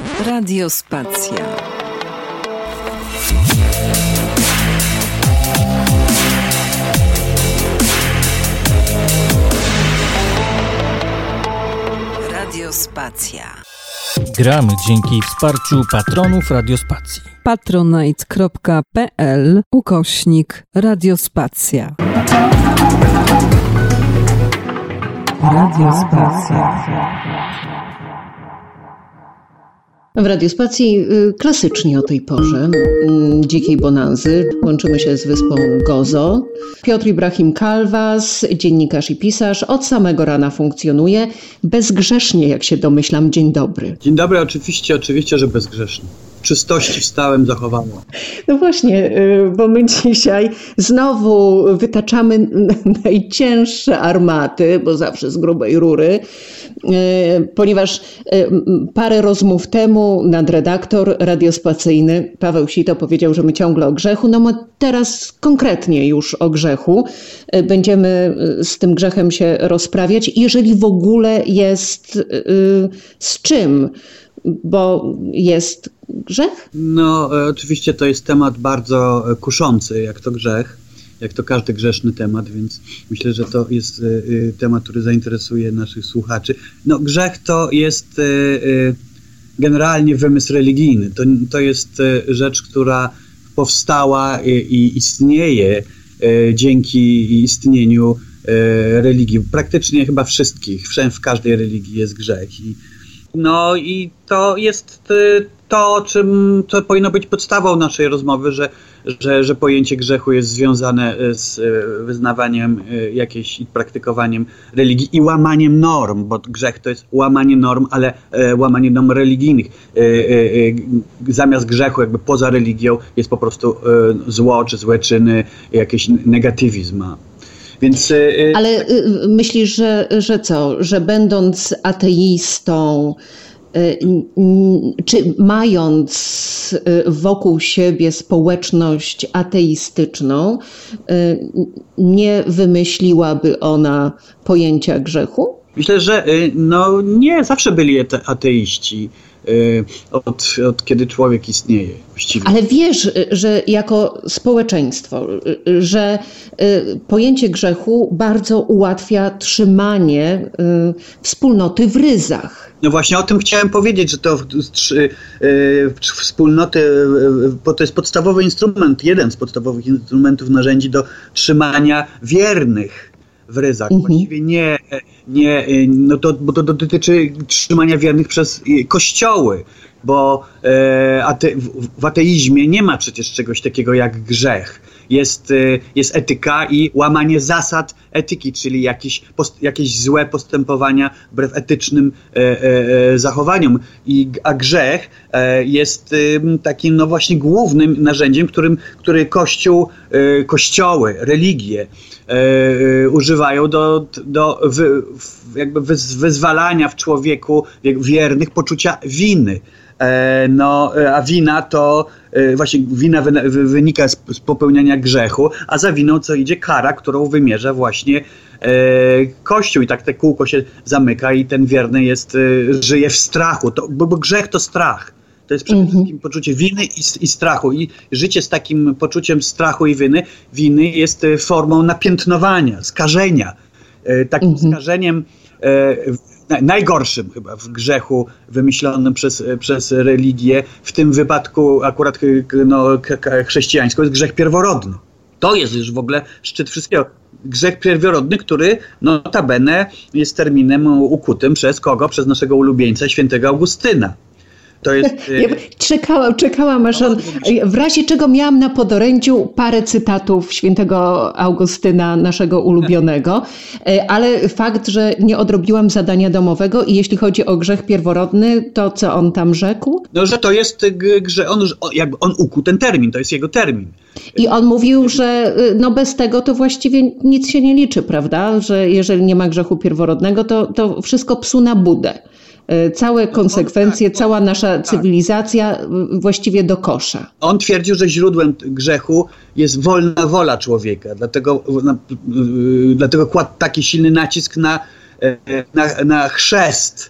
Radiospacja. Radiospacja. Gramy dzięki wsparciu patronów Radiospacji. patronite.pl/Radiospacja. Radiospacja. W Radiospacji klasycznie o tej porze dzikiej bonanzy łączymy się z wyspą Gozo. Piotr Ibrahim Kalwas, dziennikarz i pisarz, od samego rana funkcjonuje. Bezgrzesznie, jak się domyślam. Dzień dobry. Dzień dobry, oczywiście, że bezgrzesznie. Czystości wstałem, zachowałem. No właśnie, bo my dzisiaj znowu wytaczamy najcięższe armaty, bo zawsze z grubej rury, ponieważ parę rozmów temu nadredaktor radiospacyjny Paweł Sito powiedział, że my ciągle o grzechu. No my teraz konkretnie już o grzechu. Będziemy z tym grzechem się rozprawiać, jeżeli w ogóle jest z czym, bo jest grzech? No oczywiście to jest temat bardzo kuszący, jak to grzech, jak to każdy grzeszny temat, więc myślę, że to jest temat, który zainteresuje naszych słuchaczy. No grzech to jest generalnie wymysł religijny. To jest rzecz, która powstała i istnieje dzięki istnieniu religii. Praktycznie chyba wszystkich, w każdej religii jest grzech. No i to jest to, co powinno być podstawą naszej rozmowy, że pojęcie grzechu jest związane z wyznawaniem jakiejś i praktykowaniem religii i łamaniem norm, bo grzech to jest łamanie norm, ale łamanie norm religijnych. Zamiast grzechu, jakby poza religią, jest po prostu zło czy złe czyny, jakiś negatywizm. Więc, ale myślisz, że co? Że będąc ateistą, czy mając wokół siebie społeczność ateistyczną, nie wymyśliłaby ona pojęcia grzechu? Myślę, że nie zawsze byli ateiści. Od kiedy człowiek istnieje właściwie. Ale wiesz, że jako społeczeństwo, że pojęcie grzechu bardzo ułatwia trzymanie wspólnoty w ryzach. No właśnie o tym chciałem powiedzieć, że to wspólnoty, bo to jest podstawowy instrument, jeden z podstawowych instrumentów, narzędzi do trzymania wiernych w ryzach. Właściwie bo to dotyczy trzymania wiernych przez kościoły, bo w ateizmie nie ma przecież czegoś takiego jak grzech. Jest etyka i łamanie zasad etyki, czyli jakieś złe postępowania wbrew etycznym zachowaniom. A grzech jest takim no właśnie głównym narzędziem, który kościoły, religie używają do jakby wyzwalania w człowieku wiernych poczucia winy. A wina to właśnie wina wynika z popełniania grzechu, a za winą co idzie kara, którą wymierza właśnie Kościół i tak te kółko się zamyka i ten wierny żyje w strachu, bo grzech to strach. To jest przede wszystkim poczucie winy i strachu. I życie z takim poczuciem strachu i winy jest formą napiętnowania, skażenia. Takim skażeniem najgorszym chyba w grzechu wymyślonym przez religię, w tym wypadku akurat chrześcijańską, jest grzech pierworodny. To jest już w ogóle szczyt wszystkiego. Grzech pierworodny, który notabene jest terminem ukutym przez kogo? Przez naszego ulubieńca, świętego Augustyna. To jest, ja czekałam, aż on, w razie czego miałam na podorędziu parę cytatów świętego Augustyna, naszego ulubionego, ale fakt, że nie odrobiłam zadania domowego i jeśli chodzi o grzech pierworodny, to co on tam rzekł? No, że to jest grzech, on ukuł ten termin, to jest jego termin. I on mówił, że bez tego to właściwie nic się nie liczy, prawda? Że jeżeli nie ma grzechu pierworodnego, to wszystko psu na budę. Całe konsekwencje, cała nasza cywilizacja właściwie do kosza. On twierdził, że źródłem grzechu jest wolna wola człowieka, dlatego kładł taki silny nacisk na chrzest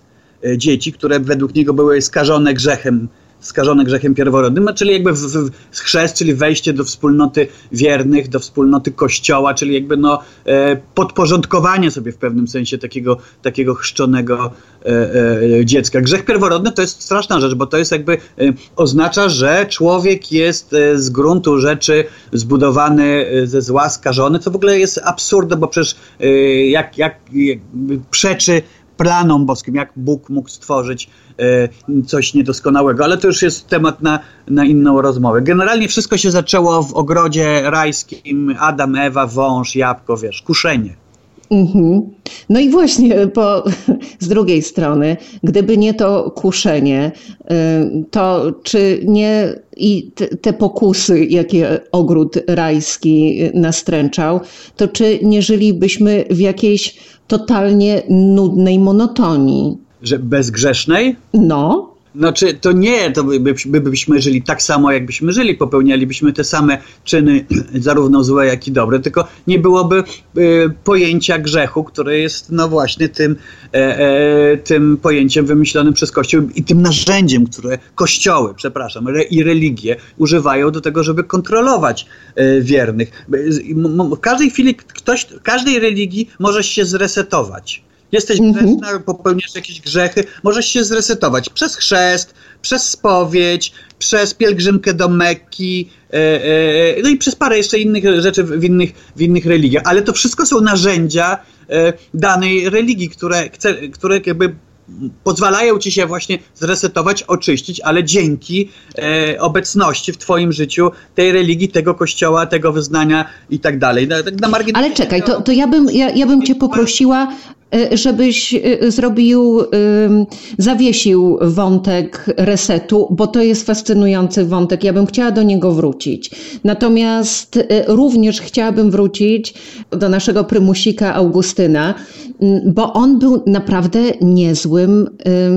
dzieci, które według niego były skażone grzechem pierworodnym, czyli jakby chrzest, czyli wejście do wspólnoty wiernych, do wspólnoty Kościoła, czyli jakby podporządkowanie sobie w pewnym sensie takiego chrzczonego dziecka. Grzech pierworodny to jest straszna rzecz, bo to jest jakby oznacza, że człowiek jest z gruntu rzeczy zbudowany ze zła, skażony, co w ogóle jest absurdem, bo przecież jak przeczy planom boskim, jak Bóg mógł stworzyć coś niedoskonałego, ale to już jest temat na inną rozmowę. Generalnie wszystko się zaczęło w ogrodzie rajskim, Adam, Ewa, wąż, jabłko, kuszenie. No i właśnie, z drugiej strony, gdyby nie to kuszenie, to czy nie i te pokusy, jakie ogród rajski nastręczał, to czy nie żylibyśmy w jakiejś totalnie nudnej monotonii? Że bezgrzesznej? No. Znaczy, to nie, to byśmy żyli tak samo, jakbyśmy żyli, popełnialibyśmy te same czyny, zarówno złe, jak i dobre, tylko nie byłoby pojęcia grzechu, które jest właśnie tym pojęciem wymyślonym przez Kościół i tym narzędziem, które kościoły, i religie używają do tego, żeby kontrolować wiernych. W każdej chwili w każdej religii możesz się zresetować. Jesteś grzeszna, popełniasz jakieś grzechy, możesz się zresetować przez chrzest, przez spowiedź, przez pielgrzymkę do Mekki, no i przez parę jeszcze innych rzeczy w innych religiach. Ale to wszystko są narzędzia danej religii, które jakby pozwalają ci się właśnie zresetować, oczyścić, ale dzięki obecności w twoim życiu tej religii, tego kościoła, tego wyznania i tak dalej. Ale czekaj, to ja bym cię poprosiła, żebyś zawiesił wątek resetu, bo to jest fascynujący wątek. Ja bym chciała do niego wrócić. Natomiast również chciałabym wrócić do naszego prymusika Augustyna, bo on był naprawdę niezłym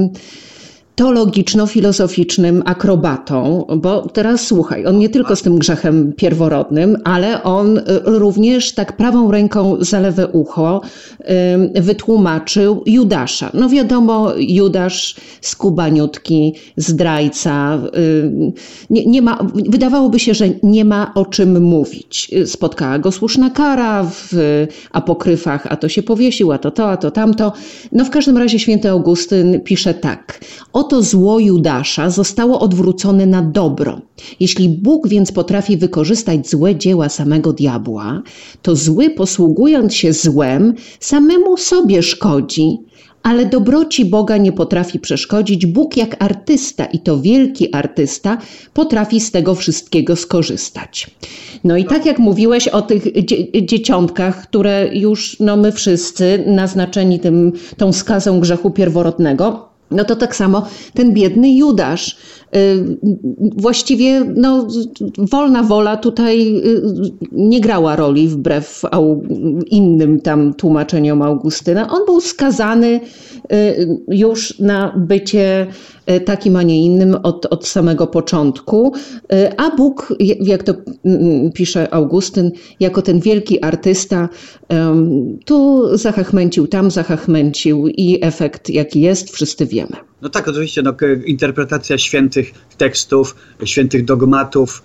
teologiczno-filozoficznym akrobatą, bo teraz słuchaj, on nie tylko z tym grzechem pierworodnym, ale on również tak prawą ręką za lewe ucho wytłumaczył Judasza. No wiadomo, Judasz skubaniutki, zdrajca, wydawałoby się, że nie ma o czym mówić. Spotkała go słuszna kara w apokryfach, a to się powiesił, a to tamto. No w każdym razie święty Augustyn pisze tak. Oto zło Judasza zostało odwrócone na dobro. Jeśli Bóg więc potrafi wykorzystać złe dzieła samego diabła, to zły, posługując się złem, samemu sobie szkodzi. Ale dobroci Boga nie potrafi przeszkodzić. Bóg jak artysta, i to wielki artysta, potrafi z tego wszystkiego skorzystać. No i tak jak mówiłeś o tych dzieciątkach, które już my wszyscy naznaczeni tą skazą grzechu pierworodnego, no to tak samo ten biedny Judasz. Właściwie wolna wola tutaj nie grała roli wbrew innym tam tłumaczeniom Augustyna. On był skazany już na bycie takim, a nie innym od samego początku, a Bóg, jak to pisze Augustyn, jako ten wielki artysta, tu zachachmęcił, tam zachachmęcił i efekt jaki jest, wszyscy wiemy. No tak, oczywiście, interpretacja świętych tekstów, świętych dogmatów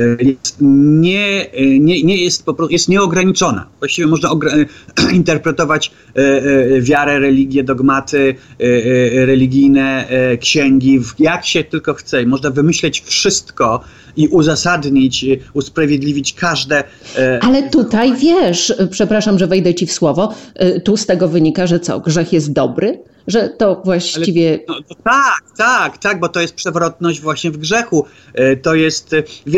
jest nieograniczona. Właściwie można interpretować wiarę, religię, dogmaty religijne, księgi, jak się tylko chce. Można wymyśleć wszystko i uzasadnić, usprawiedliwić każde... Ale tutaj wiesz, przepraszam, że wejdę ci w słowo, tu z tego wynika, że co, grzech jest dobry? Że to właściwie... Tak, bo to jest przewrotność właśnie w grzechu. To jest,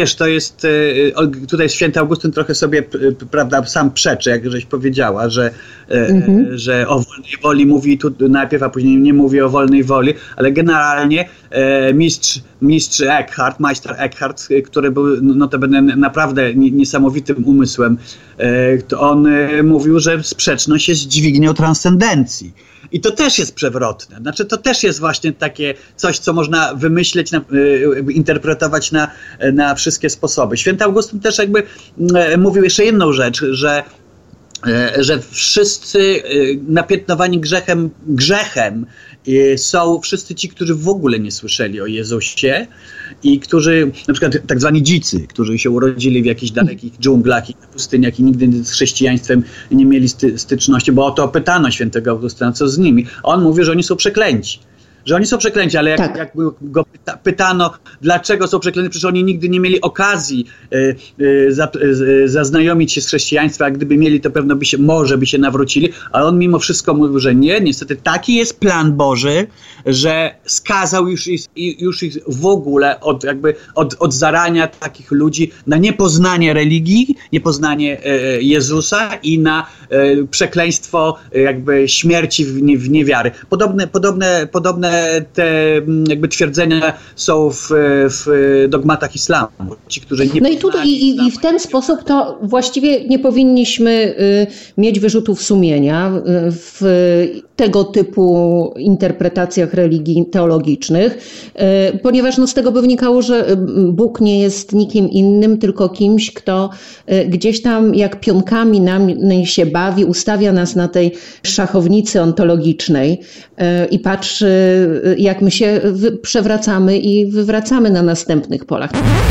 tutaj święty Augustyn trochę sobie, prawda, sam przeczy, jak żeś powiedziała, że o wolnej woli mówi tu najpierw, a później nie mówi o wolnej woli, ale generalnie mistrz Eckhart, Meister Eckhart, który był notabene naprawdę niesamowitym umysłem, to on mówił, że sprzeczność jest dźwignią transcendencji. I to też jest przewrotne. Znaczy, to też jest właśnie takie coś, co można wymyśleć, interpretować na wszystkie sposoby. Święty Augustyn też jakby mówił jeszcze jedną rzecz, że że wszyscy napiętnowani grzechem są wszyscy ci, którzy w ogóle nie słyszeli o Jezusie i którzy, na przykład tak zwani dzicy, którzy się urodzili w jakichś dalekich dżunglach i pustyniach i nigdy z chrześcijaństwem nie mieli styczności, bo o to pytano świętego Augustyna, co z nimi. A on mówi, że oni są przeklęci. Że oni są przeklęci, ale jak go pytano, dlaczego są przeklęci, przecież oni nigdy nie mieli okazji zaznajomić się z chrześcijaństwem, a gdyby mieli, to pewno może by się nawrócili, ale on mimo wszystko mówił, że nie, niestety taki jest plan Boży, że skazał już ich w ogóle od zarania takich ludzi na niepoznanie religii, niepoznanie Jezusa i na przekleństwo jakby śmierci w niewiary. Podobne te jakby twierdzenia są w dogmatach islamu. Ci, którzy nie i tutaj i w ten sposób to właściwie nie powinniśmy mieć wyrzutów sumienia w tego typu interpretacjach religii teologicznych, ponieważ z tego by wynikało, że Bóg nie jest nikim innym, tylko kimś, kto gdzieś tam jak pionkami nami się bawi, ustawia nas na tej szachownicy ontologicznej i patrzy, jak my się przewracamy i wywracamy na następnych polach.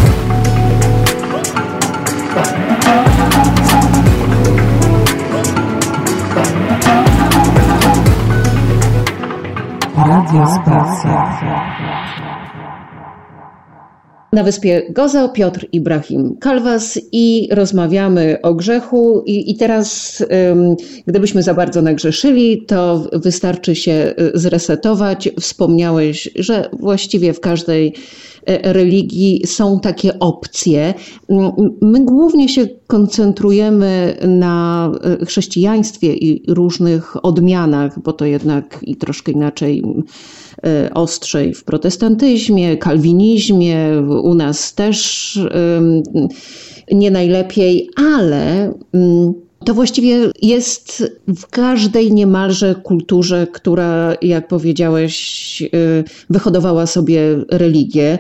Radiospacja. Na wyspie Gozo Piotr Ibrahim Kalwas i rozmawiamy o grzechu i teraz gdybyśmy za bardzo nagrzeszyli, to wystarczy się zresetować. Wspomniałeś, że właściwie w każdej religii są takie opcje. My głównie się koncentrujemy na chrześcijaństwie i różnych odmianach, bo to jednak i troszkę inaczej, ostrzej w protestantyzmie, kalwinizmie, u nas też nie najlepiej, ale to właściwie jest w każdej niemalże kulturze, która, jak powiedziałeś, wyhodowała sobie religię.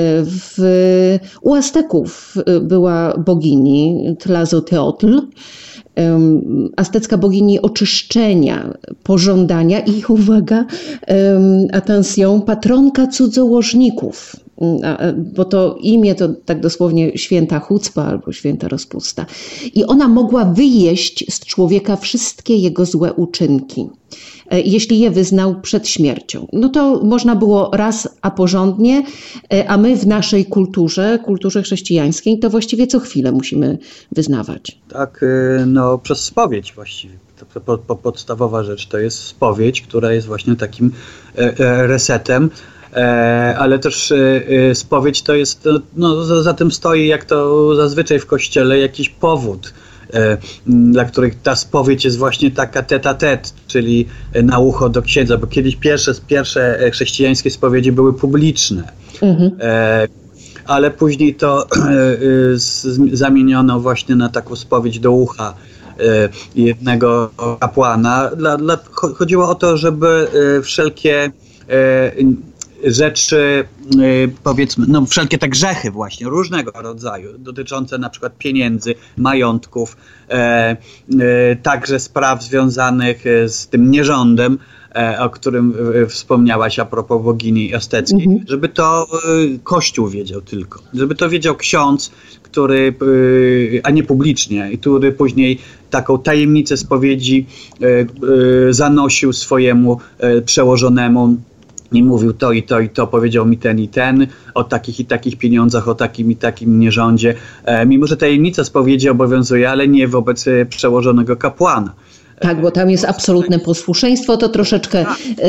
U Azteków była bogini Tlazolteotl, aztecka bogini oczyszczenia, pożądania i, uwaga, attention, patronka cudzołożników. Bo to imię to tak dosłownie święta chucpa albo święta rozpusta. I ona mogła wyjeść z człowieka wszystkie jego złe uczynki, jeśli je wyznał przed śmiercią. No to można było raz, a porządnie, a my w naszej kulturze chrześcijańskiej, to właściwie co chwilę musimy wyznawać. Tak, przez spowiedź właściwie. Podstawowa rzecz to jest spowiedź, która jest właśnie takim resetem. Ale też spowiedź to jest, za tym stoi, jak to zazwyczaj w kościele, jakiś powód, dla których ta spowiedź jest właśnie taka tête-à-tête, czyli na ucho do księdza, bo kiedyś pierwsze chrześcijańskie spowiedzi były publiczne, ale później to zamieniono właśnie na taką spowiedź do ucha jednego kapłana. Chodziło o to, żeby wszelkie rzeczy, powiedzmy, wszelkie te grzechy właśnie różnego rodzaju, dotyczące na przykład pieniędzy, majątków, także spraw związanych z tym nierządem, o którym wspomniałaś a propos bogini azteckiej, żeby to Kościół wiedział tylko, żeby to wiedział ksiądz, który, a nie publicznie, który później taką tajemnicę spowiedzi zanosił swojemu przełożonemu i mówił to i to i to, powiedział mi ten i ten, o takich i takich pieniądzach, o takim i takim nierządzie, mimo że tajemnica spowiedzi obowiązuje, ale nie wobec przełożonego kapłana. Tak, bo tam jest absolutne posłuszeństwo, to troszeczkę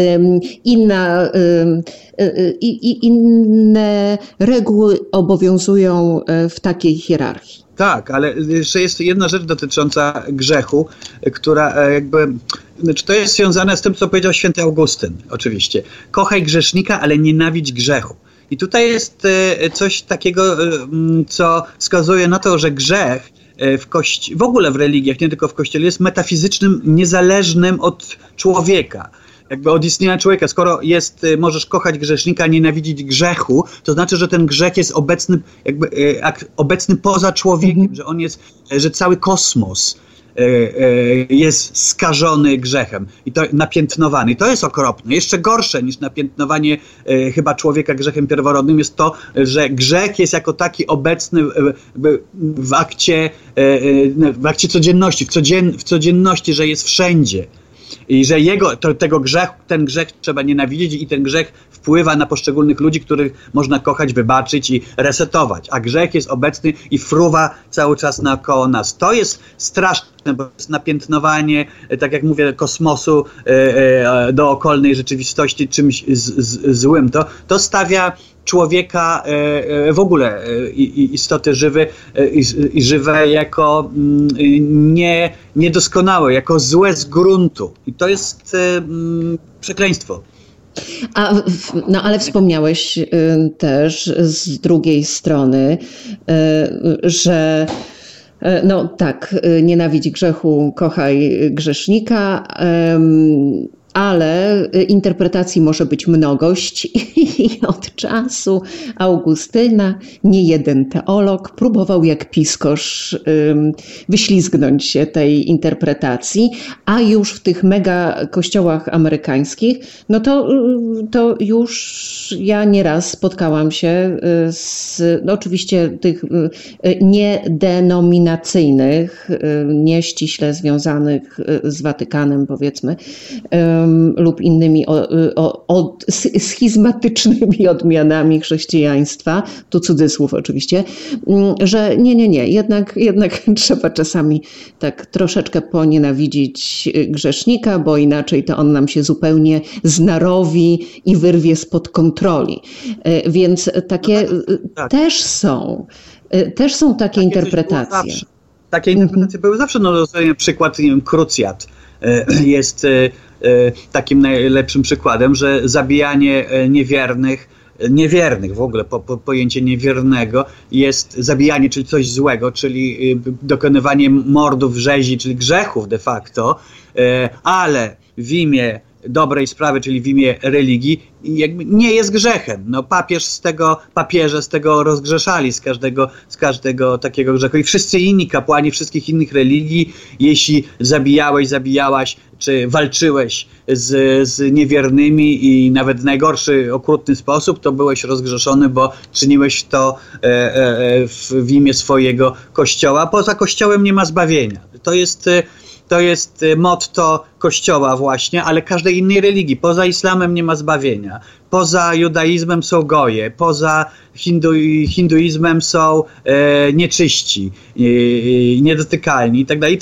inne reguły obowiązują w takiej hierarchii. Tak, ale jeszcze jest jedna rzecz dotycząca grzechu, która to jest związane z tym, co powiedział święty Augustyn, oczywiście. Kochaj grzesznika, ale nienawidź grzechu. I tutaj jest coś takiego, co wskazuje na to, że grzech w ogóle w religiach, nie tylko w Kościele, jest metafizycznym, niezależnym od człowieka. Od istnienia człowieka. Skoro możesz kochać grzesznika, nienawidzić grzechu, to znaczy, że ten grzech jest obecny poza człowiekiem, że on jest, że cały kosmos jest skażony grzechem i to napiętnowany. I to jest okropne. Jeszcze gorsze niż napiętnowanie chyba człowieka grzechem pierworodnym jest to, że grzech jest jako taki obecny w akcie codzienności, w codzienności, że jest wszędzie. I że ten grzech trzeba nienawidzieć i ten grzech wpływa na poszczególnych ludzi, których można kochać, wybaczyć i resetować. A grzech jest obecny i fruwa cały czas naokoło nas. To jest straszne, bo jest napiętnowanie, tak jak mówię, kosmosu do okolnej rzeczywistości czymś złym. To stawia człowieka, w ogóle istoty żywe jako niedoskonałe, jako złe z gruntu. I to jest przekleństwo. Ale wspomniałeś też z drugiej strony, że nienawidź grzechu, kochaj grzesznika, ale interpretacji może być mnogość i od czasu Augustyna niejeden teolog próbował jak piskosz wyślizgnąć się tej interpretacji, a już w tych mega kościołach amerykańskich, to już ja nieraz spotkałam się z oczywiście tych niedenominacyjnych, nieściśle związanych z Watykanem, powiedzmy, lub innymi schizmatycznymi odmianami chrześcijaństwa, tu cudzysłów oczywiście, że nie, jednak trzeba czasami tak troszeczkę ponienawidzić grzesznika, bo inaczej to on nam się zupełnie znarowi i wyrwie spod kontroli. Więc takie też są takie interpretacje. Takie interpretacje były zawsze, przykład, nie wiem, krucjat jest takim najlepszym przykładem, że zabijanie niewiernych w ogóle, pojęcie niewiernego jest zabijanie, czyli coś złego, czyli dokonywanie mordów, rzezi, czyli grzechów de facto, ale w imię dobrej sprawy, czyli w imię religii, jakby nie jest grzechem. Papieże z tego rozgrzeszali, z każdego takiego grzechu. I wszyscy inni kapłani wszystkich innych religii, jeśli zabijałaś, czy walczyłeś z niewiernymi i nawet w najgorszy, okrutny sposób, to byłeś rozgrzeszony, bo czyniłeś to w imię swojego kościoła. Poza kościołem nie ma zbawienia. To jest motto Kościoła właśnie, ale każdej innej religii. Poza islamem nie ma zbawienia. Poza judaizmem są goje. Poza hinduizmem są nieczyści, niedotykalni i tak dalej.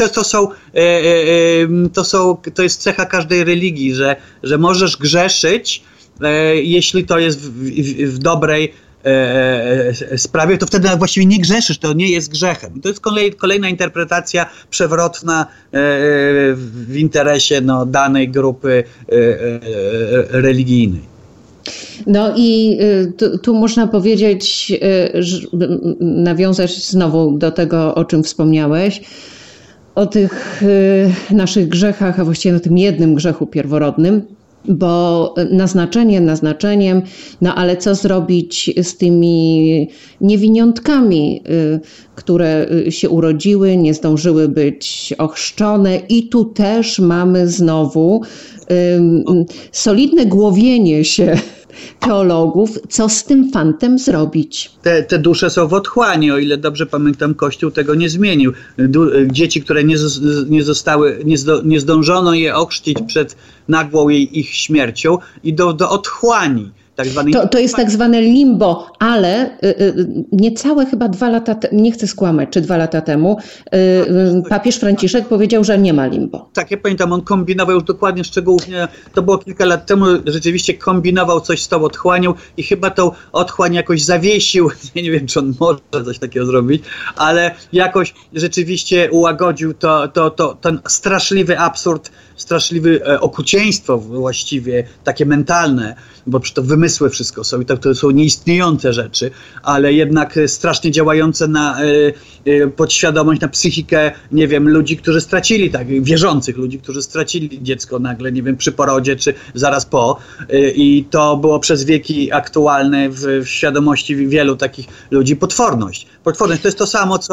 To jest cecha każdej religii, że możesz grzeszyć, jeśli to jest w dobrej sprawie, to wtedy właściwie nie grzeszysz, to nie jest grzechem. To jest kolejna interpretacja przewrotna w interesie danej grupy religijnej. I tu można powiedzieć, nawiązać znowu do tego, o czym wspomniałeś, o tych naszych grzechach, a właściwie o tym jednym grzechu pierworodnym, bo naznaczeniem, ale co zrobić z tymi niewiniątkami, które się urodziły, nie zdążyły być ochrzczone i tu też mamy znowu solidne głowienie się teologów, co z tym fantem zrobić. Te dusze są w otchłani, o ile dobrze pamiętam, Kościół tego nie zmienił. Dzieci, które nie zdążono je ochrzcić przed nagłą ich śmiercią, idą do otchłani. To jest tak zwane limbo, ale niecałe chyba 2 lata temu, nie chcę skłamać, czy 2 lata temu, papież Franciszek powiedział, że nie ma limbo. Tak, ja pamiętam, on kombinował już dokładnie szczegółów, to było kilka lat temu, rzeczywiście kombinował coś z tą otchłanią i chyba tą otchłań jakoś zawiesił, nie wiem, czy on może coś takiego zrobić, ale jakoś rzeczywiście ułagodził ten straszliwy absurd, straszliwe okrucieństwo właściwie, takie mentalne, bo to wymysły wszystko są i to są nieistniejące rzeczy, ale jednak strasznie działające na podświadomość, na psychikę, nie wiem, ludzi, którzy stracili, wierzących ludzi, którzy stracili dziecko nagle, nie wiem, przy porodzie, czy zaraz po. I to było przez wieki aktualne w świadomości wielu takich ludzi. Potworność. To jest to samo,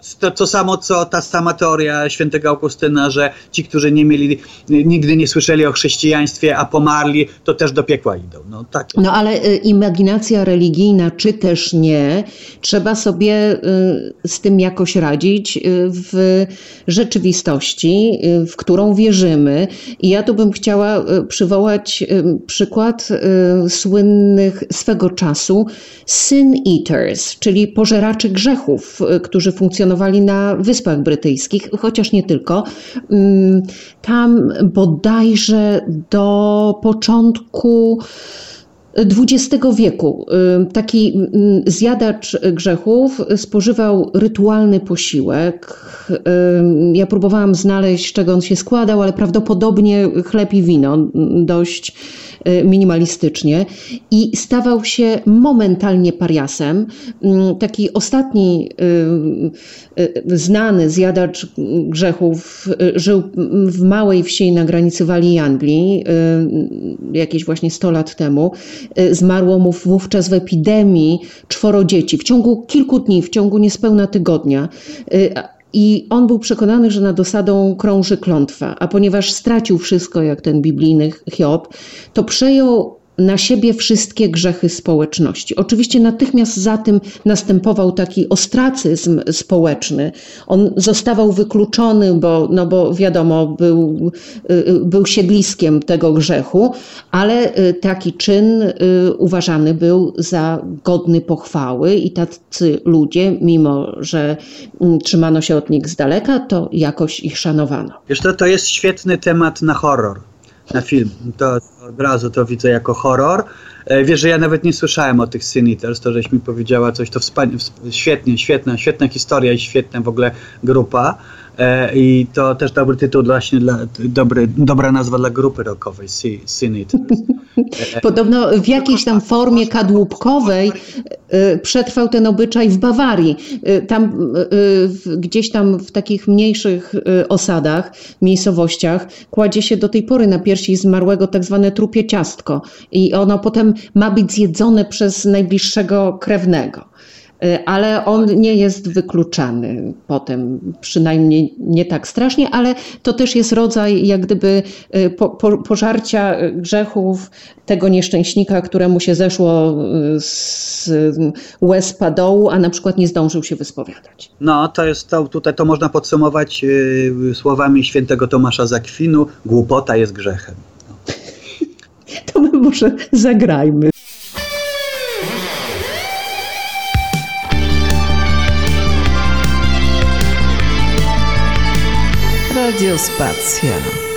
to samo, co ta sama teoria świętego Augustyna, że ci, którzy nigdy nie słyszeli o chrześcijaństwie, a pomarli, to też do piekła idą. No, tak. No ale imaginacja religijna, czy też nie, trzeba sobie z tym jakoś radzić w rzeczywistości, w którą wierzymy. I ja tu bym chciała przywołać przykład słynnych swego czasu sin eaters, czyli pożeraczy grzechów, którzy funkcjonowali na Wyspach Brytyjskich, chociaż nie tylko. Tam bodajże do początku XX wieku taki zjadacz grzechów spożywał rytualny posiłek. Ja próbowałam znaleźć, z czego on się składał, ale prawdopodobnie chleb i wino, dość minimalistycznie, i stawał się momentalnie pariasem. Taki ostatni znany zjadacz grzechów żył w małej wsi na granicy Walii i Anglii jakieś właśnie 100 lat temu. Zmarło mu wówczas w epidemii 4 dzieci w ciągu kilku dni, w ciągu niespełna tygodnia. I on był przekonany, że nad osadą krąży klątwa, a ponieważ stracił wszystko, jak ten biblijny Hiob, to przejął na siebie wszystkie grzechy społeczności. Oczywiście natychmiast za tym następował taki ostracyzm społeczny. On zostawał wykluczony, bo wiadomo, był siedliskiem tego grzechu, ale taki czyn uważany był za godny pochwały i tacy ludzie, mimo że trzymano się od nich z daleka, to jakoś ich szanowano. Wiesz, to jest świetny temat na horror. Na film. To od razu to widzę jako horror. Wiesz, że ja nawet nie słyszałem o tych Sin Eaters, to żeś mi powiedziała coś, to świetna historia i świetna w ogóle grupa. I to też dobry tytuł właśnie dobra nazwa dla grupy rockowej, Sin Eaters. Podobno w jakiejś tam formie kadłubkowej przetrwał ten obyczaj w Bawarii. Tam gdzieś tam w takich mniejszych osadach, miejscowościach kładzie się do tej pory na piersi zmarłego tak zwane trupie ciastko i ono potem ma być zjedzone przez najbliższego krewnego. Ale on nie jest wykluczany potem, przynajmniej nie tak strasznie, ale to też jest rodzaj jak gdyby pożarcia grzechów tego nieszczęśnika, któremu się zeszło z łez padołu, a na przykład nie zdążył się wyspowiadać. No, tutaj to można podsumować słowami świętego Tomasza z Akwinu: głupota jest grzechem. No. To my może zagrajmy. Radiospacja.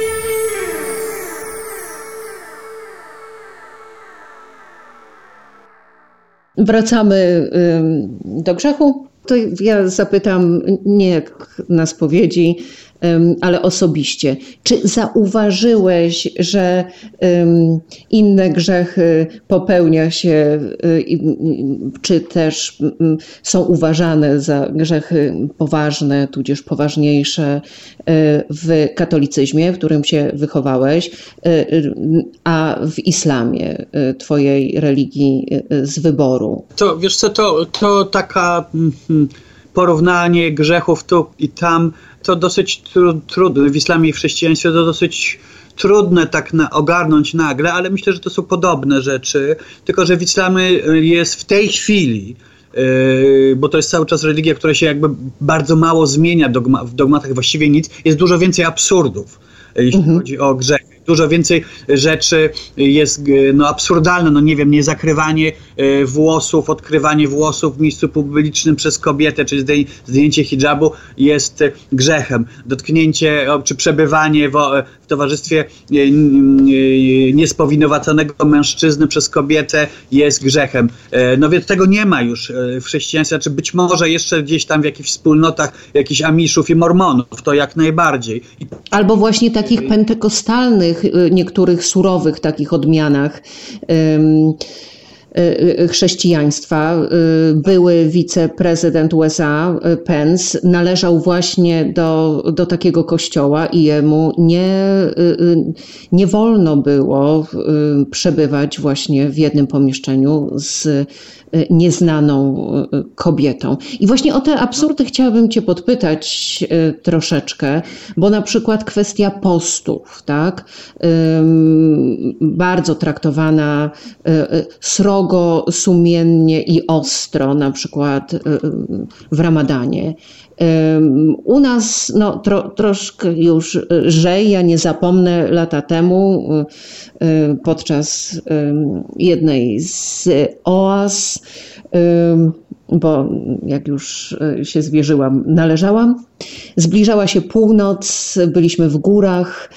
Wracamy do grzechu. To ja zapytam nie jak na spowiedzi, ale osobiście. Czy zauważyłeś, że inne grzechy popełnia się, czy też są uważane za grzechy poważne, tudzież poważniejsze w katolicyzmie, w którym się wychowałeś, a w islamie, twojej religii z wyboru? To wiesz co, to taka porównanie grzechów tu i tam, to dosyć trudne. W islamie i w chrześcijaństwie to dosyć trudne tak ogarnąć nagle, ale myślę, że to są podobne rzeczy, tylko że w islamie jest w tej chwili, bo to jest cały czas religia, która się jakby bardzo mało zmienia w dogmatach, właściwie nic, jest dużo więcej absurdów, jeśli chodzi o grzechy. Dużo więcej rzeczy jest absurdalne, nie wiem, niezakrywanie włosów, odkrywanie włosów w miejscu publicznym przez kobietę, czy zdjęcie hijabu jest grzechem. Dotknięcie czy przebywanie w towarzystwie niespowinowaconego mężczyzny przez kobietę jest grzechem. No więc tego nie ma już w chrześcijaństwie, czy być może jeszcze gdzieś tam w jakichś wspólnotach jakichś Amiszów i Mormonów, to jak najbardziej. Albo właśnie takich pentekostalnych, niektórych surowych takich odmianach chrześcijaństwa. Były wiceprezydent USA Pence należał właśnie do takiego kościoła i jemu nie wolno było przebywać właśnie w jednym pomieszczeniu z nieznaną kobietą. I właśnie o te absurdy chciałabym cię podpytać troszeczkę, bo na przykład kwestia postów, tak? Bardzo traktowana srogo, sumiennie i ostro, na przykład w Ramadanie. U nas troszkę już lżej. Ja nie zapomnę lata temu podczas jednej z oaz, bo jak już się zwierzyłam, należałam. Zbliżała się północ, byliśmy w górach.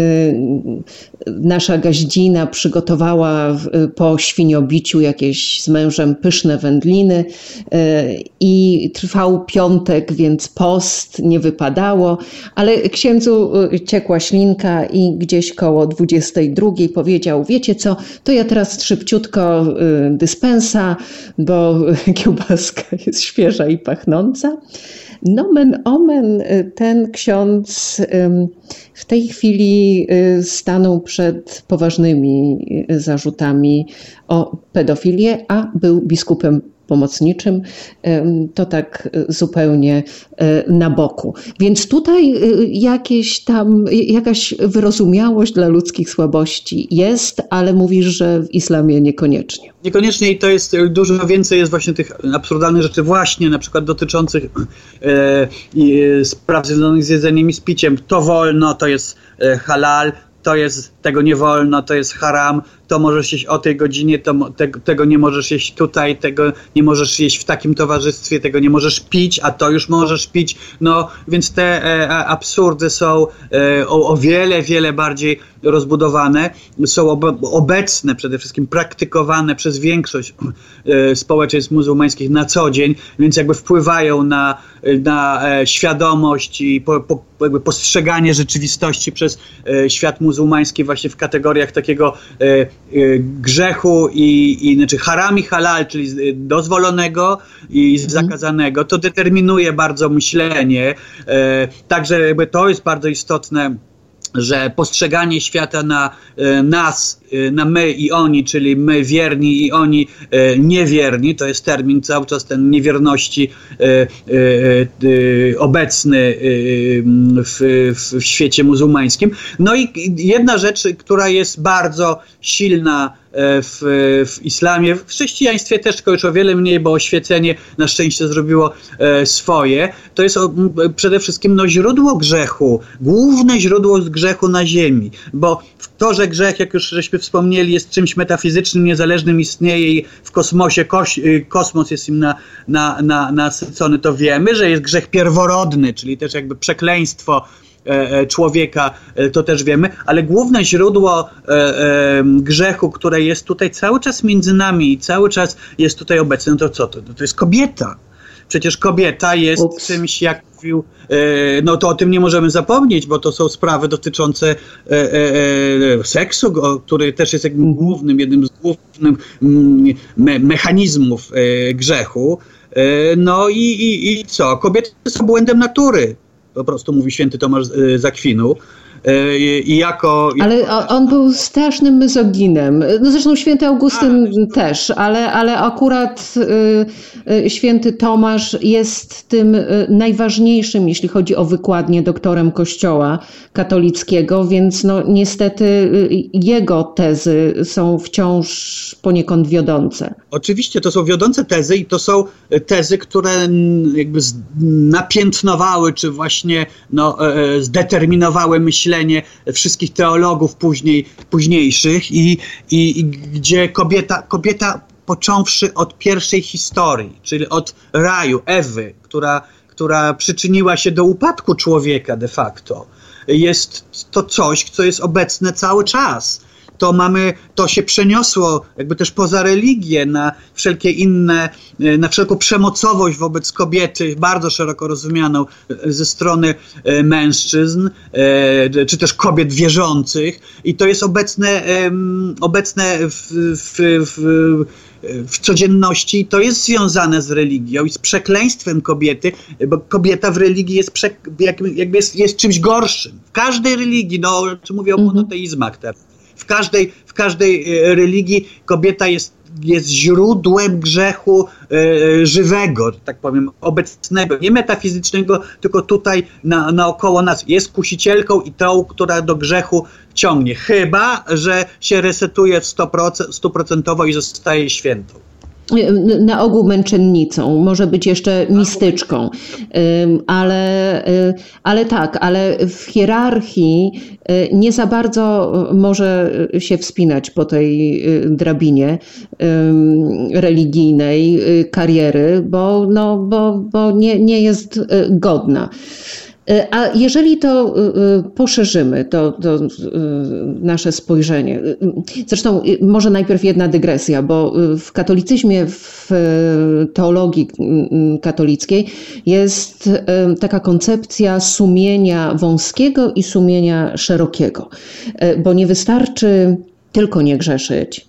Nasza gaździna przygotowała po świniobiciu jakieś z mężem pyszne wędliny i trwał piątek, więc post nie wypadało, ale księdzu ciekła ślinka i gdzieś koło 22 powiedział: wiecie co, to ja teraz szybciutko dyspensa, bo kiełbaska jest świeża i pachnąca. Nomen omen, ten ksiądz w tej chwili stanął przed poważnymi zarzutami o pedofilię, a był biskupem pomocniczym, to tak zupełnie na boku. Więc tutaj jakaś wyrozumiałość dla ludzkich słabości jest, ale mówisz, że w islamie niekoniecznie. Niekoniecznie i to jest dużo więcej jest właśnie tych absurdalnych rzeczy właśnie na przykład dotyczących spraw związanych z jedzeniem i z piciem. To wolno, to jest halal, tego nie wolno, to jest haram, to możesz jeść o tej godzinie, tego nie możesz jeść tutaj, tego nie możesz jeść w takim towarzystwie, tego nie możesz pić, a to już możesz pić. No więc te absurdy są o wiele, wiele bardziej rozbudowane, są obecne, przede wszystkim praktykowane przez większość społeczeństw muzułmańskich na co dzień, więc jakby wpływają na świadomość i jakby postrzeganie rzeczywistości przez świat muzułmański właśnie w kategoriach takiego grzechu i znaczy haram i halal, czyli dozwolonego i zakazanego. To determinuje bardzo myślenie. Także jakby to jest bardzo istotne, że postrzeganie świata na nas, na my i oni, czyli my wierni i oni niewierni, to jest termin cały czas ten niewierności obecny w świecie muzułmańskim. No i jedna rzecz, która jest bardzo silna w islamie, w chrześcijaństwie też, tylko już o wiele mniej, bo oświecenie na szczęście zrobiło swoje, to jest przede wszystkim źródło grzechu, główne źródło grzechu na ziemi, bo to, że grzech, jak już żeśmy wspomnieli, jest czymś metafizycznym, niezależnym, istnieje i w kosmosie, kosmos jest im nasycony, to wiemy, że jest grzech pierworodny, czyli też jakby przekleństwo człowieka, to też wiemy, ale główne źródło grzechu, które jest tutaj cały czas między nami i cały czas jest tutaj obecne, to co? To jest kobieta. Przecież kobieta jest czymś, jak mówił, no to o tym nie możemy zapomnieć, bo to są sprawy dotyczące seksu, który też jest jakby jednym z głównych mechanizmów grzechu. No i co? Kobiety są błędem natury. Po prostu mówi święty Tomasz z Akwinu. Ale on był strasznym mizoginem. No zresztą święty Augustyn też, ale akurat święty Tomasz jest tym najważniejszym, jeśli chodzi o wykładnię, doktorem Kościoła katolickiego, więc no niestety jego tezy są wciąż poniekąd wiodące. Oczywiście to są wiodące tezy i to są tezy, które jakby napiętnowały, czy właśnie zdeterminowały myślenie wszystkich teologów późniejszych i gdzie kobieta począwszy od pierwszej historii, czyli od raju, Ewy, która przyczyniła się do upadku człowieka de facto, jest to coś, co jest obecne cały czas. To się przeniosło jakby też poza religię na wszelkie inne, na wszelką przemocowość wobec kobiety, bardzo szeroko rozumianą ze strony mężczyzn, czy też kobiet wierzących i to jest obecne w codzienności to jest związane z religią i z przekleństwem kobiety, bo kobieta w religii jest czymś gorszym. W każdej religii, mówię o monoteizmach teraz, w każdej religii kobieta jest źródłem grzechu żywego, tak powiem, obecnego, nie metafizycznego, tylko tutaj naokoło nas. Jest kusicielką i tą, która do grzechu ciągnie. Chyba że się resetuje 100% i zostaje świętą. Na ogół męczennicą, może być jeszcze mistyczką, ale w hierarchii nie za bardzo może się wspinać po tej drabinie religijnej kariery, bo nie jest godna. A jeżeli to poszerzymy, to nasze spojrzenie, zresztą może najpierw jedna dygresja, bo w katolicyzmie, w teologii katolickiej jest taka koncepcja sumienia wąskiego i sumienia szerokiego, bo nie wystarczy tylko nie grzeszyć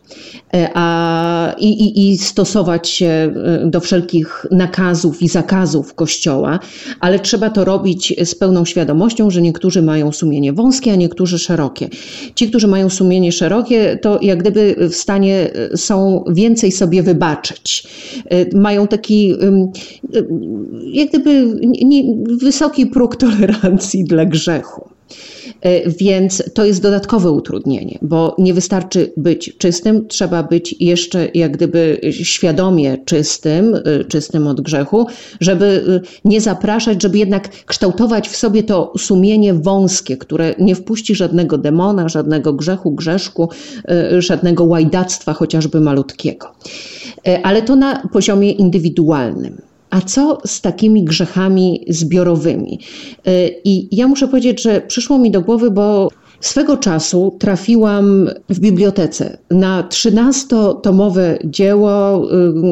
i stosować się do wszelkich nakazów i zakazów Kościoła, ale trzeba to robić z pełną świadomością, że niektórzy mają sumienie wąskie, a niektórzy szerokie. Ci, którzy mają sumienie szerokie, to jak gdyby w stanie są więcej sobie wybaczyć. Mają taki jak gdyby wysoki próg tolerancji dla grzechu. Więc to jest dodatkowe utrudnienie, bo nie wystarczy być czystym, trzeba być jeszcze jak gdyby świadomie czystym od grzechu, żeby nie zapraszać, żeby jednak kształtować w sobie to sumienie wąskie, które nie wpuści żadnego demona, żadnego grzechu, grzeszku, żadnego łajdactwa, chociażby malutkiego. Ale to na poziomie indywidualnym. A co z takimi grzechami zbiorowymi? I ja muszę powiedzieć, że przyszło mi do głowy, bo swego czasu trafiłam w bibliotece na 13-tomowe dzieło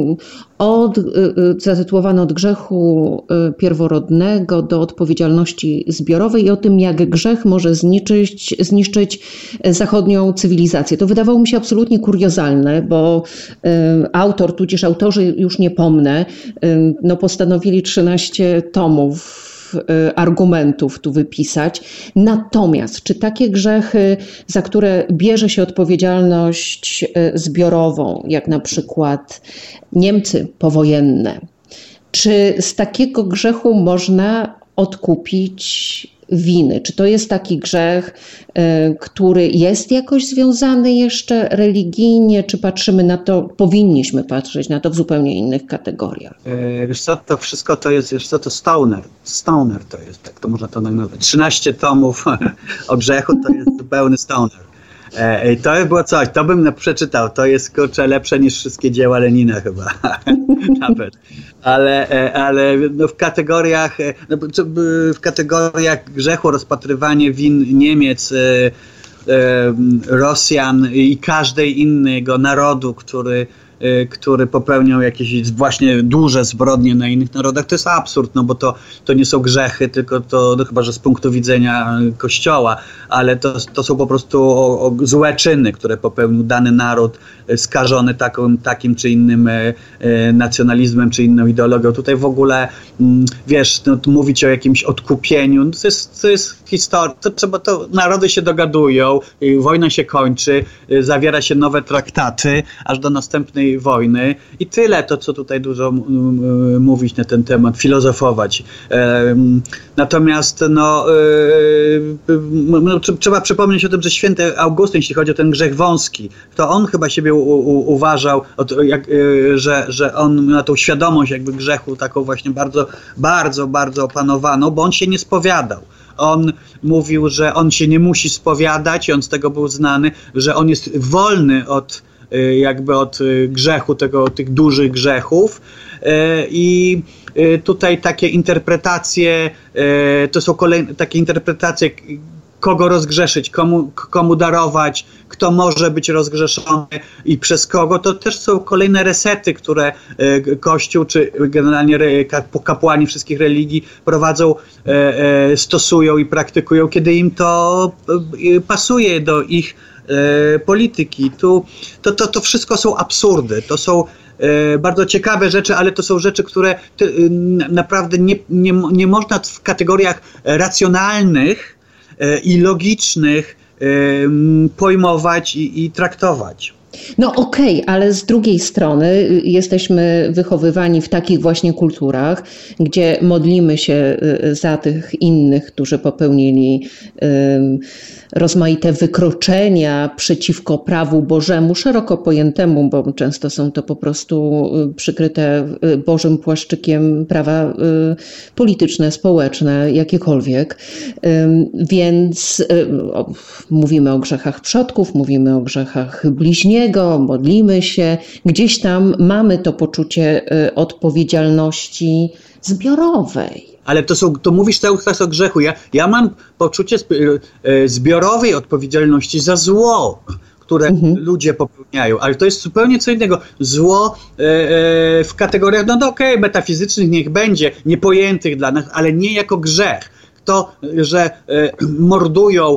zatytułowane Od grzechu pierworodnego do odpowiedzialności zbiorowej i o tym, jak grzech może zniszczyć zachodnią cywilizację. To wydawało mi się absolutnie kuriozalne, bo autor, tudzież autorzy, już nie pomnę, postanowili 13 tomów argumentów tu wypisać. Natomiast czy takie grzechy, za które bierze się odpowiedzialność zbiorową, jak na przykład Niemcy powojenne, czy z takiego grzechu można odkupić winy? Czy to jest taki grzech, który jest jakoś związany jeszcze religijnie, czy patrzymy na to, powinniśmy patrzeć na to w zupełnie innych kategoriach? Wiesz co, to wszystko to jest, to stoner to jest, tak to można to nazwać. 13 tomów o grzechu to jest zupełny stoner. To by było coś, to bym przeczytał, to jest kurczę lepsze niż wszystkie dzieła Lenina chyba, nawet. Ale w kategoriach grzechu rozpatrywanie win Niemiec, Rosjan i każdej innego narodu, który popełniał jakieś właśnie duże zbrodnie na innych narodach, to jest absurd, bo to nie są grzechy, tylko to chyba, że z punktu widzenia Kościoła, ale to są po prostu złe czyny, które popełnił dany naród skażony takim czy innym nacjonalizmem, czy inną ideologią. Tutaj w ogóle, wiesz, mówić o jakimś odkupieniu, to jest historia, narody się dogadują, wojna się kończy, zawiera się nowe traktaty, aż do następnej wojny i tyle, to co tutaj dużo mówić na ten temat, filozofować. Natomiast trzeba przypomnieć o tym, że święty Augustyn, jeśli chodzi o ten grzech wąski, to on chyba siebie uważał, że on ma tą świadomość jakby grzechu taką właśnie bardzo, bardzo, bardzo opanowaną, bo on się nie spowiadał. On mówił, że on się nie musi spowiadać i on z tego był znany, że on jest wolny od grzechu, tych dużych grzechów i tutaj takie interpretacje, to są kolejne takie interpretacje, kogo rozgrzeszyć, komu darować, kto może być rozgrzeszony i przez kogo, to też są kolejne resety, które Kościół, czy generalnie kapłani wszystkich religii prowadzą, stosują i praktykują, kiedy im to pasuje do ich polityki. To wszystko są absurdy, to są bardzo ciekawe rzeczy, ale to są rzeczy, które naprawdę nie można w kategoriach racjonalnych i logicznych pojmować i traktować. No okej, ale z drugiej strony jesteśmy wychowywani w takich właśnie kulturach, gdzie modlimy się za tych innych, którzy popełnili rozmaite wykroczenia przeciwko prawu Bożemu, szeroko pojętemu, bo często są to po prostu przykryte Bożym płaszczykiem prawa polityczne, społeczne, jakiekolwiek. Więc mówimy o grzechach przodków, mówimy o grzechach bliźniego, modlimy się. Gdzieś tam mamy to poczucie odpowiedzialności zbiorowej. Ale to mówisz cały czas o grzechu. Ja mam poczucie zbiorowej odpowiedzialności za zło, które ludzie popełniają, ale to jest zupełnie co innego. Zło w kategoriach, metafizycznych niech będzie, niepojętych dla nas, ale nie jako grzech. To, że mordują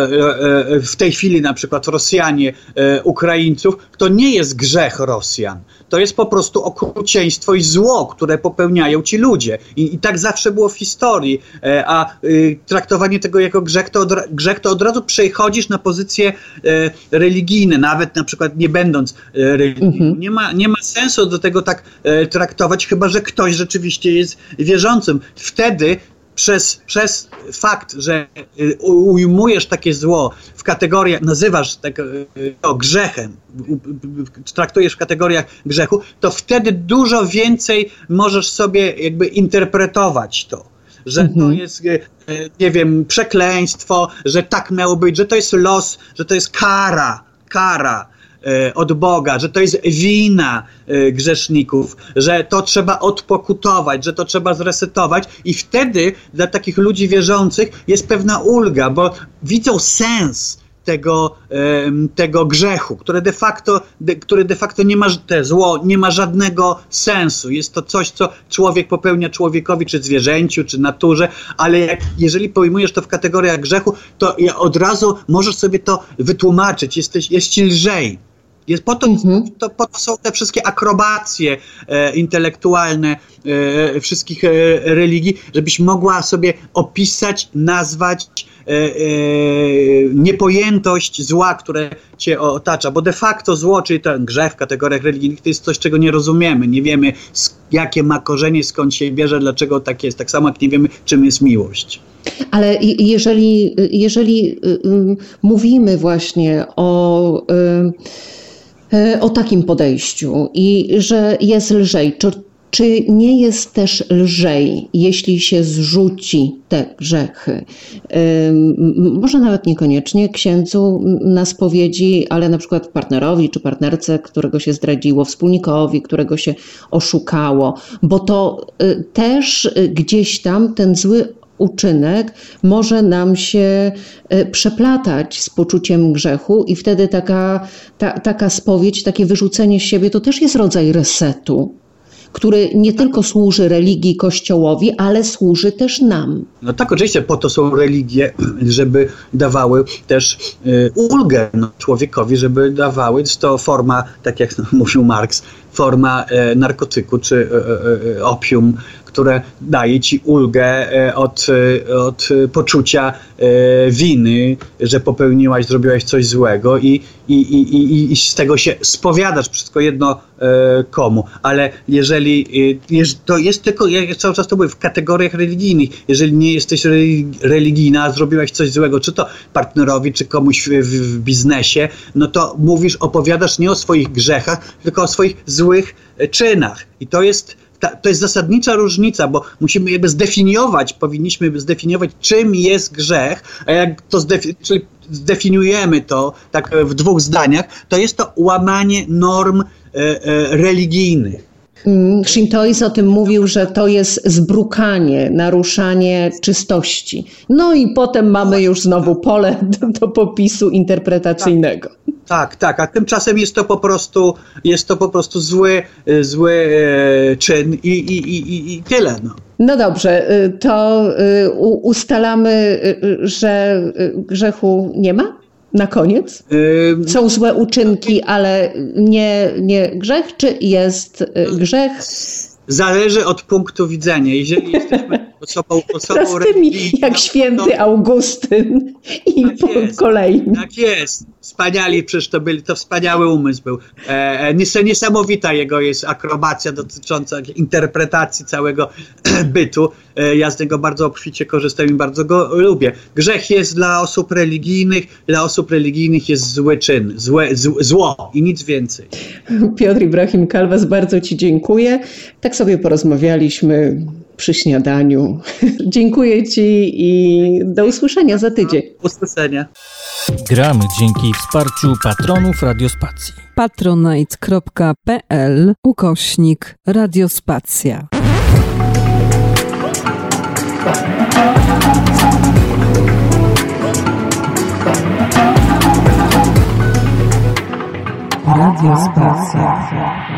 w tej chwili na przykład Rosjanie Ukraińców, to nie jest grzech Rosjan. To jest po prostu okrucieństwo i zło, które popełniają ci ludzie. I tak zawsze było w historii. A traktowanie tego jako grzech, to od razu przechodzisz na pozycje religijne, nawet na przykład nie będąc religijnym. Nie ma sensu do tego tak traktować, chyba że ktoś rzeczywiście jest wierzącym. Wtedy przez fakt, że ujmujesz takie zło w kategoriach, nazywasz to grzechem, traktujesz w kategoriach grzechu, to wtedy dużo więcej możesz sobie jakby interpretować to. Że to jest, nie wiem, przekleństwo, że tak miało być, że to jest los, że to jest kara od Boga, że to jest wina grzeszników, że to trzeba odpokutować, że to trzeba zresetować i wtedy dla takich ludzi wierzących jest pewna ulga, bo widzą sens tego grzechu, który de facto nie ma, te zło nie ma żadnego sensu. Jest to coś, co człowiek popełnia człowiekowi, czy zwierzęciu, czy naturze, ale jeżeli pojmujesz to w kategoriach grzechu, to od razu możesz sobie to wytłumaczyć, jest ci lżej. Po to są te wszystkie akrobacje intelektualne wszystkich religii, żebyś mogła sobie opisać, nazwać niepojętość zła, które cię otacza, bo de facto zło, czyli ten grzech w kategoriach religijnych, to jest coś, czego nie rozumiemy. Nie wiemy, jakie ma korzenie, skąd się bierze, dlaczego tak jest. Tak samo jak nie wiemy, czym jest miłość. Ale jeżeli mówimy właśnie o takim podejściu i że jest lżej, czy nie jest też lżej, jeśli się zrzuci te grzechy? Może nawet niekoniecznie księdzu na spowiedzi, ale na przykład partnerowi czy partnerce, którego się zdradziło, wspólnikowi, którego się oszukało, bo to też gdzieś tam ten zły uczynek może nam się przeplatać z poczuciem grzechu i wtedy taka spowiedź, takie wyrzucenie z siebie to też jest rodzaj resetu, który nie tylko służy religii Kościołowi, ale służy też nam. No tak, oczywiście po to są religie, żeby dawały też ulgę człowiekowi, żeby dawały, jest to forma, tak jak mówił Marks, forma narkotyku czy opium, które daje ci ulgę od poczucia winy, że zrobiłeś coś złego i z tego się spowiadasz, wszystko jedno komu. Ale jeżeli to jest tylko, ja cały czas to mówię, w kategoriach religijnych, jeżeli nie jesteś religijna, a zrobiłeś coś złego, czy to partnerowi, czy komuś w biznesie, no to opowiadasz nie o swoich grzechach, tylko o swoich złych czynach. I to jest zasadnicza różnica, bo musimy powinniśmy zdefiniować, czym jest grzech, a jak to zdefiniujemy to tak w 2 zdaniach, to jest to łamanie norm religijnych. Shintoizm o tym mówił, że to jest zbrukanie, naruszanie czystości. No i potem mamy już znowu pole do popisu interpretacyjnego. Tak, a tymczasem jest to po prostu zły czyn i tyle. No dobrze, to ustalamy, że grzechu nie ma? na koniec? Są złe uczynki, ale nie grzech, czy jest grzech? Zależy od punktu widzenia. Jeżeli jesteśmy osobą jak święty Augustyn i kolejny. Tak jest. Wspaniali, przecież to wspaniały umysł był. Niesamowita jego jest akrobacja dotycząca interpretacji całego bytu. Ja z niego bardzo obficie korzystam i bardzo go lubię. Grzech jest dla osób religijnych jest zły czyn, zło i nic więcej. Piotr Ibrahim Kalwas, bardzo Ci dziękuję. Tak sobie porozmawialiśmy przy śniadaniu. Dziękuję Ci i do usłyszenia za tydzień. Do usłyszenia. Gramy dzięki wsparciu patronów Radiospacji. patronite.pl/Radiospacja. Radiospacja.